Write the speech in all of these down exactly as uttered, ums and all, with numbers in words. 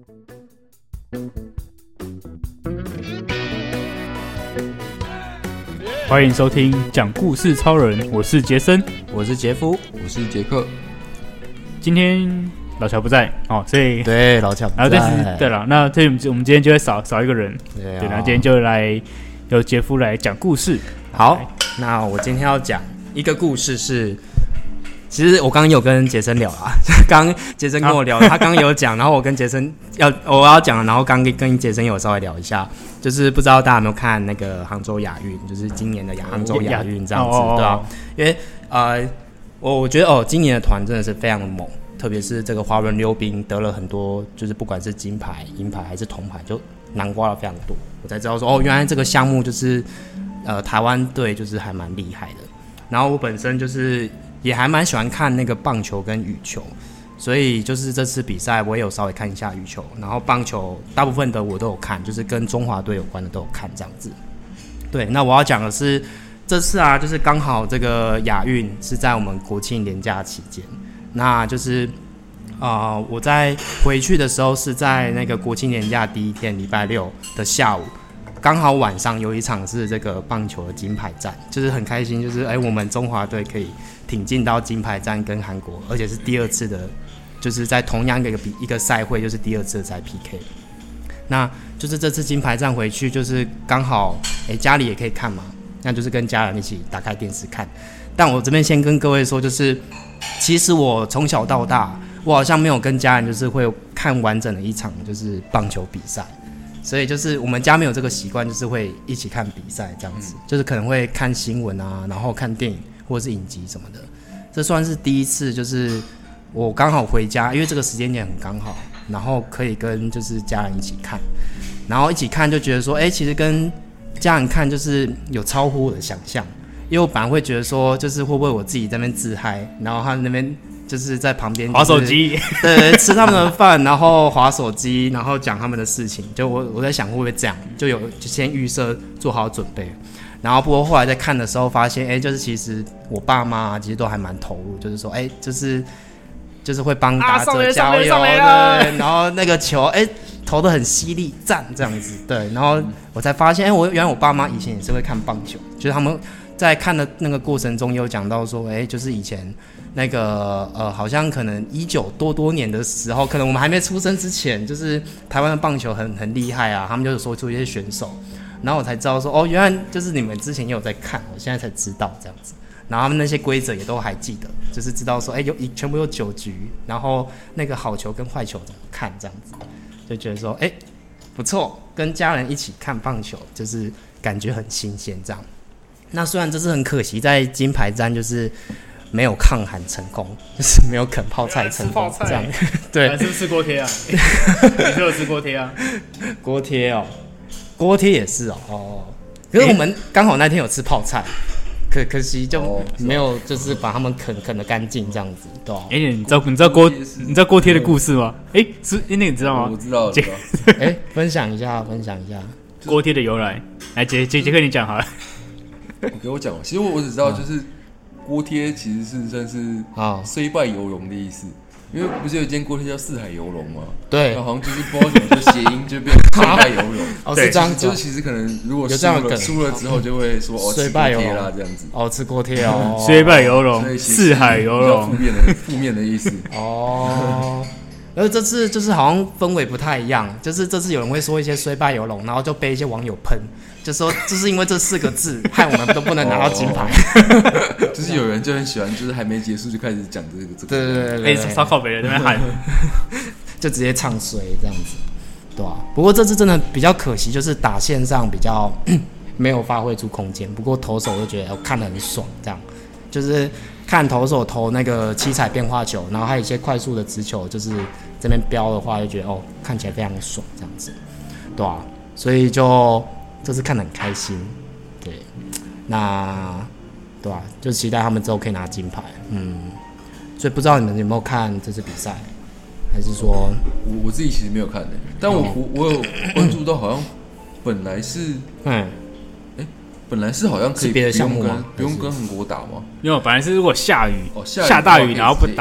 欢迎收听讲故事超人，我是杰森， 我是杰夫， 我是杰克。 今天老乔不在哦，所以对老乔不在。 然后这是对了，那所以我们今天就会少少一个人， 对、啊， 对，然后今天就来由杰夫来讲故事。 好，那我今天要讲一个故事是。其实我刚刚有跟杰森聊啦，刚刚杰森跟我聊，啊、他刚刚有讲，然后我跟杰森要我要讲，然后刚跟跟杰森有稍微聊一下，就是不知道大家有没有看那个杭州亚运，就是今年的杭州亚运这样子， 哦、 对吧、啊？因为呃，我我觉得哦，今年的团真的是非常的猛，特别是这个滑轮溜冰得了很多，就是不管是金牌、银牌还是铜牌，就囊括了非常多，我才知道说哦，原来这个项目就是呃台湾队就是还蛮厉害的。然后我本身就是也还蛮喜欢看那个棒球跟羽球，所以就是这次比赛我也有稍微看一下羽球，然后棒球大部分的我都有看，就是跟中华队有关的都有看这样子。对，那我要讲的是这次啊，就是刚好这个亚运是在我们国庆连假期间，那就是啊、呃，我在回去的时候是在那个国庆连假第一天礼拜六的下午。刚好晚上有一场是这个棒球的金牌战，就是很开心，就是哎，我们中华队可以挺进到金牌战跟韩国，而且是第二次的，就是在同样一个比一个赛会，就是第二次的在 P K。那就是这次金牌战回去，就是刚好哎家里也可以看嘛，那就是跟家人一起打开电视看。但我这边先跟各位说，就是其实我从小到大，我好像没有跟家人就是会看完整的一场就是棒球比赛。所以就是我们家没有这个习惯，就是会一起看比赛这样子、嗯，就是可能会看新闻啊，然后看电影或者是影集什么的。这算是第一次，就是我刚好回家，因为这个时间点很刚好，然后可以跟就是家人一起看，然后一起看就觉得说，哎、欸，其实跟家人看就是有超乎我的想象，因为我本来会觉得说，就是会不会我自己在那边自嗨，然后他那边。就是在旁边、就是、 滑手机， 对对，吃他们的饭，然后滑手机，然后讲他们的事情。就我我在想会不会这样，就有就先预设做好准备。然后不过后来在看的时候发现，哎，就是其实我爸妈其实都还蛮投入，就是说，哎，就是就是会帮打者加油，对，然后那个球，哎，投得很犀利，赞这样子，对。然后我才发现，哎，我原来我爸妈以前也是会看棒球，就是他们在看的那个过程中也有讲到说，哎，就是以前。那个呃，好像可能一九多多年的时候，可能我们还没出生之前，就是台湾的棒球很很厉害啊，他们就有说出一些选手，然后我才知道说，哦，原来就是你们之前也有在看，我现在才知道这样子，然后他们那些规则也都还记得，就是知道说，哎，有全部有九局，然后那个好球跟坏球怎么看这样子，就觉得说，哎，不错，跟家人一起看棒球，就是感觉很新鲜这样。那虽然这次很可惜，在金牌战就是。没有抗寒成功，就是没有啃泡菜成功，这样对。 还是不是吃锅贴啊？你是有吃锅贴啊？ 锅贴哦，锅贴也是哦。哦，可是我们刚好那天有吃泡菜，可可惜就没有，就是把他们啃啃得干净这样子，对吧？ 哎、欸，你知道你知道锅你知道锅贴的故事吗？哎、欸，是那个你知道吗？ 我知道，我知道。 哎、欸，分享一下，分享一下锅贴的由来。来，杰杰杰克，你讲好了。 我给我讲，其实我只知道就是。锅贴其实是算是虽败犹荣的意思，因为不是有一间锅贴叫四海游龙吗？ 对， 好像就是不知道怎么就谐音就变虽败犹荣。 哦，是这样子， 就是其实可能如果输了输了之后就会说哦， 虽败犹荣啦这样子。 哦，吃锅贴哦， 虽败犹荣，四海游龙， 负面的负面的意思。 哦。而这次就是好像氛围不太一样，就是这次有人会说一些虽败犹荣，然后就被一些网友喷，就说就是因为这四个字害我们都不能拿到金牌。 哦、就是有人就很喜欢，就是还没结束就开始讲这个这个。 对对对对， 哎，烧烤北人那边喊， 就直接唱衰这样子，对吧、啊？不过这次真的比较可惜，就是打线上比较没有发挥出空间。不过投手就觉得看得很爽，这样就是看投手投那个七彩变化球，然后还有一些快速的直球，就是这边飙的话，就觉得哦，看起来非常爽，这样子，对啊，所以就这次看得很开心，对，那对啊，就期待他们之后可以拿金牌，嗯，所以不知道你们有没有看这次比赛，还是说我我自己其实没有看的、欸，但我、嗯、我我有关注到，好像本来是嗯。本来是好像可以别的项目吗？不用跟韩国打吗？ 没有，本来是如果下雨， 哦、 下, 下大雨然后不打，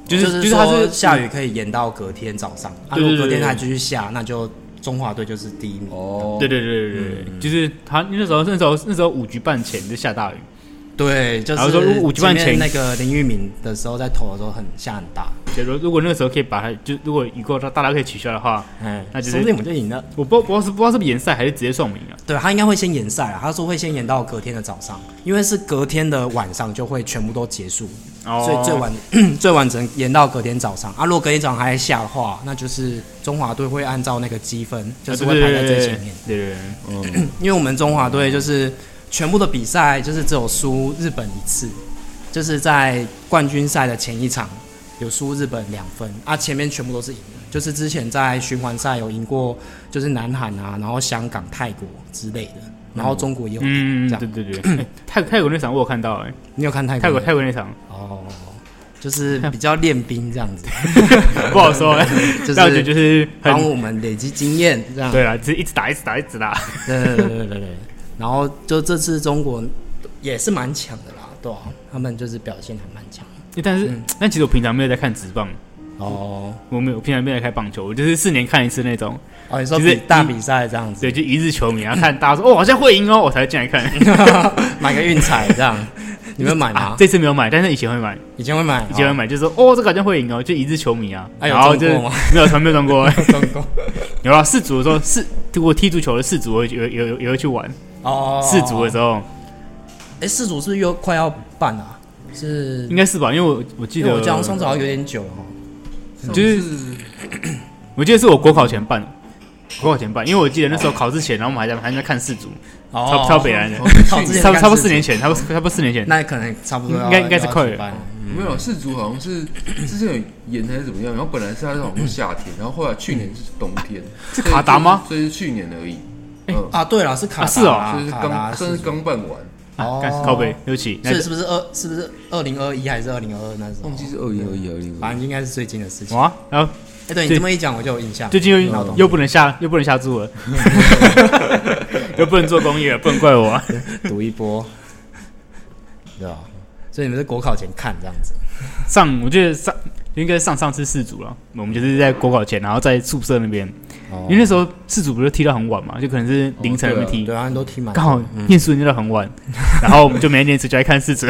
就是就是它是下雨可以延到隔天早上，啊，如果隔天还继续下，那就中华队就是第一名。 哦，对对对对对，嗯、就是他那时候那时候那时候五局半前就下大雨。 对，就是然后说五局半前那个林玉敏的时候在投的时候很下很大。 对，如果那个时候可以把它，就如果雨过大家可以取消的话，嗯，那就是说不定我们就赢了。 我不不知道是不知道是不是延赛还是直接送名啊？ 对，他应该会先延赛啊，他说会先延到隔天的早上，因为是隔天的晚上就会全部都结束，哦、所以最晚最晚只能延到隔天早上啊。如果隔天早上还在下的话，那就是中华队会按照那个积分，就是会排在最前面。 对对对， 嗯，因为我们中华队就是全部的比赛就是只有输日本一次，就是在冠军赛的前一场有输日本两分啊，前面全部都是赢的，就是之前在循环赛有赢过，就是南韩啊，然后香港、泰国之类的，然后中国也有赢， 嗯，对对对，欸、泰泰国那场我有看到哎、欸， 你有看泰国？ 泰国泰国那场哦，就是比较练兵这样子， 不好说哎、欸，就是我觉得就是帮我们累积经验这样， 对啦，就是一直打一直打一直打， 对对对对对对，然后就这次中国也是蛮强的啦，对啊，他们就是表现还蛮强。 但是，嗯、但其实我平常没有在看职棒哦， 我没有平常没有在看棒球，我就是四年看一次那种。 哦，你说比大比赛这样子， 对，就一日球迷，然后看大家说哦好像会赢哦，我才会进来看， 买个运彩这样。你们买吗、啊？ 这次没有买，但是以前会买， 以前会买， 以前会买，就是说哦这个好像会赢哦，就一日球迷啊。 哎、 然后就有中过吗？ 没有，从没有中过， 中过。 有啊，世足的时候，世如果踢足球的世足，我也也也会去玩。 哦， 世足的时候， 哎，世足是不是又快要办了、啊？是应该是吧，因为我我记得我讲上次好像有点久了哈， 就是我记得是我国考前办的，国考前办，因为我记得那时候考试前，然后我们还在还在看世足， 哦， 超超北南的， 考之前差差不多四年前，差不多差不多四年前， 那可能差不多应该应该是快了， 没有世足好像是之前有延还是怎么样，然后本来是它好像是夏天，然后后来去年是冬天， 是卡达吗？ 所以是去年而已。 啊，对了，是卡达， 是哦， 所以是刚算是刚办完。 哦，靠北，对不起， 所以是不是二是不是二零二一还是二零二二那时候？ 忘记是二零二一、二零二二， 反正应该是最近的事情。 哇，然后哎，对你这么一讲，我就有印象。 最近又又不能下又不能下注了，又不能做公益了，不能怪我， 赌一波，对吧？所以你们是国考前看这样子。 上我觉得上应该上上次世足了，我们就是在国考前，然后在宿舍那边。哦、因为那时候世足不是踢到很晚嘛，就可能是凌晨那边踢， 对啊，都踢满， 刚好念书念到很晚，嗯、然后我们就没念书，就来看世足。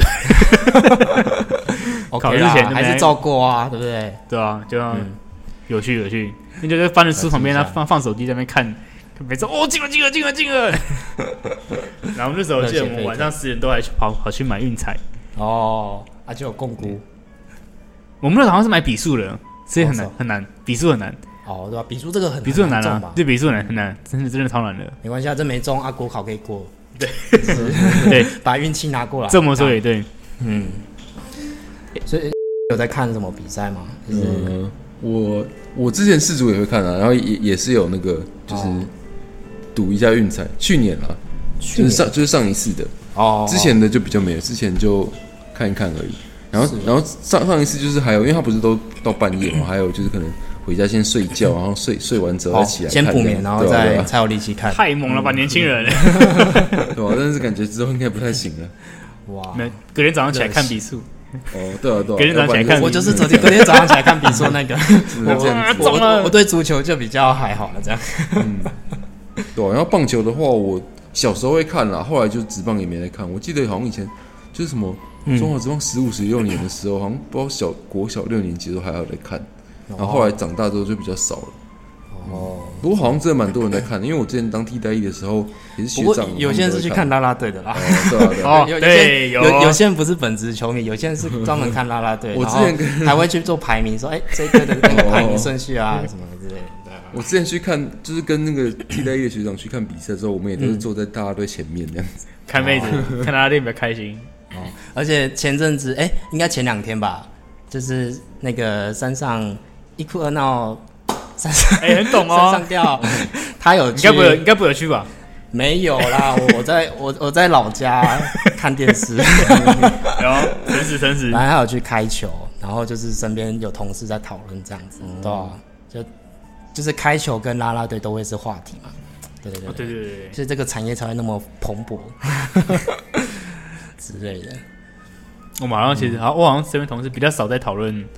考之前还是照过啊，对不对？ 对啊，就、嗯、有趣有趣，那就在翻着书旁边，他放放手机在那边看，每次哦进了进了进了进了。然后那时候记得我们晚上十点多还去跑跑去买运彩。 哦，啊就有共估。 我们那时候好像是买笔数的，所以很难、哦、很难，笔数很难。 哦，对吧？笔数这个很笔数很难啊， 对，笔数很难很难，真的真的超难的。 没关系啊，这没中啊，国考可以过。 对，对， 把运气拿过来。 这么说也对， 嗯。所以有在看什么比赛吗？就是、 嗯，我我之前世足也会看啊，然后也也是有那个就是赌一下运彩，去年啦，就是上就是上一次的哦，之前的就比较没有，之前就看一看而已。然后然后上上一次就是还有，因为他不是都到半夜嘛，还有就是可能。回家先睡觉，然后睡睡完之后再起来看， 先补眠，然后再才有力气看。 太猛了吧，年轻人！ 对吧？但是感觉之后应该不太行了。 哇！ 隔天早上起来看比数。 哦，对啊，对啊。 隔天早上起来看， 我就是昨天隔天早上起来看比数那个。 我我我对足球就比较还好了，这样。 嗯。对啊，然后棒球的话，我小时候会看啦，后来就职棒也没来看。我记得好像以前就是什么中华职棒十五、十六年的时候，好像不知道小国小六年级都还要来看。然后后来长大之后就比较少了。哦，不过好像真的蛮多人在看的，因为我之前当替代役的时候也是学长。 有些人是去看啦啦队的啦。 哦，对啊，对啊。 有些有有些人不是本职球迷，有些人是专门看啦啦队。 我之前还会去做排名，说哎这一队的那个排名顺序啊什么之类的。 我之前去看，就是跟那个替代役的学长去看比赛之后，我们也都是坐在啦啦队前面这样子， 看妹子，看啦啦队比较开心。 哦，而且前阵子哎，应该前两天吧，就是那个山上。一哭二闹，山上哎、欸，很懂哦。 山上吊，他有去， 应该不有，应该不有去吧？ 没有啦，我在我我在老家看电视，有诚实诚实。 然后还有去开球，然后就是身边有同事在讨论这样子，嗯、对吧？就就是开球跟啦啦队都会是话题嘛，对对对、 哦、对对对对， 所以这个产业才会那么蓬勃之类的。 我马上其实好，我好像身边同事比较少在讨论。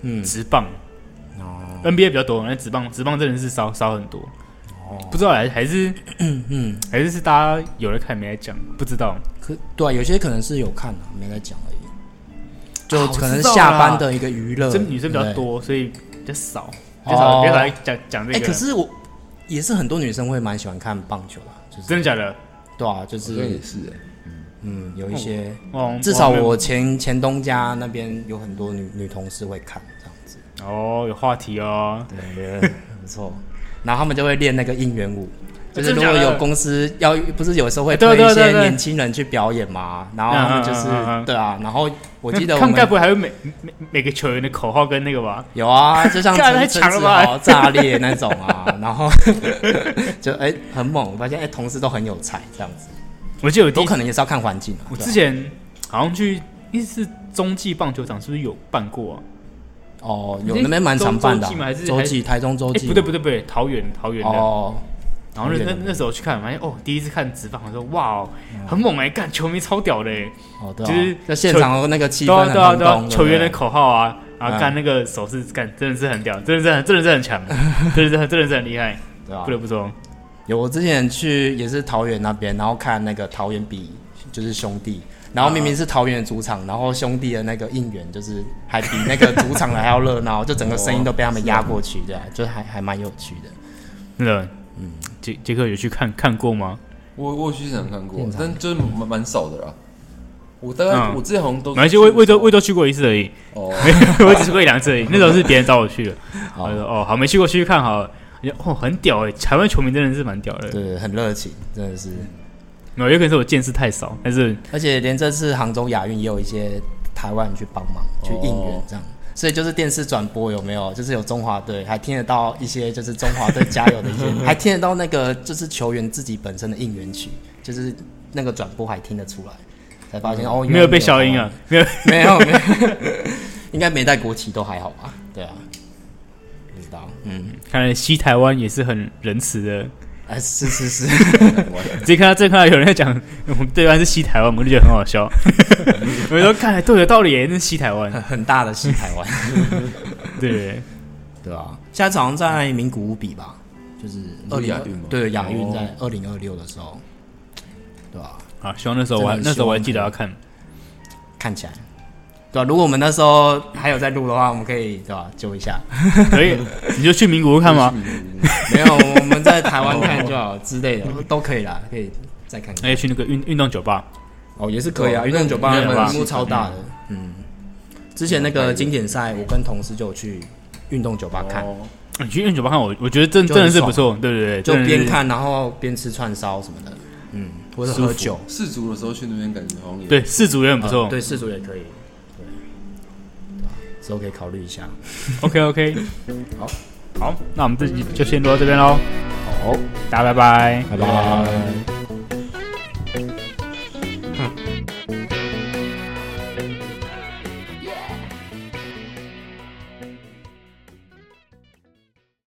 嗯，职棒。哦 ，N B A 比较多，那职棒职棒真的是少少很多。哦，不知道还还是嗯嗯，还是是大家有在看没在讲，不知道。 可对啊，有些可能是有看啊，没在讲而已。就可能下班的一个娱乐， 这女生比较多，所以比较少，比较少，比较少讲讲这个。 哎，可是我也是很多女生会蛮喜欢看棒球啦，就是真的假的？ 对啊，就是也是哎。 嗯，有一些，哦、至少我前前东家那边有很多女女同事会看这样子。 哦，有话题哦， 对，不错。然后他们就会练那个应援舞，就是如果有公司要，不是有时候会推一些年轻人去表演嘛，然后他们就是、嗯嗯嗯、对啊，然后我记得我们他们该不会还有每每每个球员的口号跟那个吧？ 有啊，就像陈陈子豪炸裂那种啊，然后就哎、欸、很猛，我发现哎、欸、同事都很有才这样子。 我记得有有可能也是要看环境、啊。 我之前好像去，一是中继棒球场，是不是有办过啊？ 哦，有那边蛮常办的、啊。 还是洲际台中洲际、 欸？不对不对不对，桃园桃园的。 哦。 然后那那那时候去看，发现哦，第一次看职棒，我说哇，很猛哎、欸，干球迷超屌的哎、欸。 哦，对、啊。 就是在现场的那个气氛很对啊对啊对， 球员的口号啊，然后干那个手势干，真的是很屌，真的是很真的是很强，真的是真的是很厉害， 对啊， 不得不说。 有我之前去也是桃园那边，然后看那个桃园比。就是兄弟，然后明明是桃园的主场，然后兄弟的那个应援就是还比那个主场的还要热闹，就整个声音都被他们压过去，对啊，就还还蛮有趣的。 那个，嗯，杰杰克有去看看过吗？ 我我去现场看过，但就是蛮蛮少的啦。我大概、嗯、我之前好像都， 没关系，魏魏都魏都去过一次而已，哦，我只去过一两次而已。那时候是别人找我去的，我说哦好，没去过，去看好了。哦，很屌哎，台湾球迷真的是蛮屌的， 对，很热情，真的是。 没有，有可能是我见识太少，但是而且连这次杭州亚运也有一些台湾人去帮忙、哦、去应援这样，所以就是电视转播有没有？就是有中华队，还听得到一些就是中华队加油的一些，还听得到那个就是球员自己本身的应援曲，就是那个转播还听得出来，才发现、嗯、哦， 没有被消音啊，没有没有没有，应该没带国旗都还好吧？对啊，不知道，嗯， 看来西台湾也是很仁慈的。 哎，是是是， 直接看到，这看到有人在讲我们对岸是西台湾，我就觉得很好笑。我说看来对有道理耶，那是西台湾， 很大的西台湾， 对对啊。现在好像在名古屋比吧，就是二零亚运嘛， 对亚运在二零二六的时候，对吧、 啊？啊，希望那时候我还那时候我还记得要看， 看起来。对啊，如果我们那时候还有在录的话，我们可以对吧揪一下。 可以，你就去名古屋看吗？ 没有，我们在台湾看就好之类的，都可以啦，可以再看看。 可以去那个运运动酒吧， 哦，也是可以啊，运动酒吧屏幕超大的。嗯，之前那个经典赛，我跟同事就有去运动酒吧看。 你去运动酒吧看，我我觉得真真的是不错，对对对， 就边看然后边吃串烧什么的，嗯，或者喝酒。 世足的时候去那边感觉好像也对，世足也很不错， 对，世足也可以。之后可以考虑一下。 OK OK， 好， 好，那我们这集就先录到这边喽。 好， 大家拜拜， 拜拜。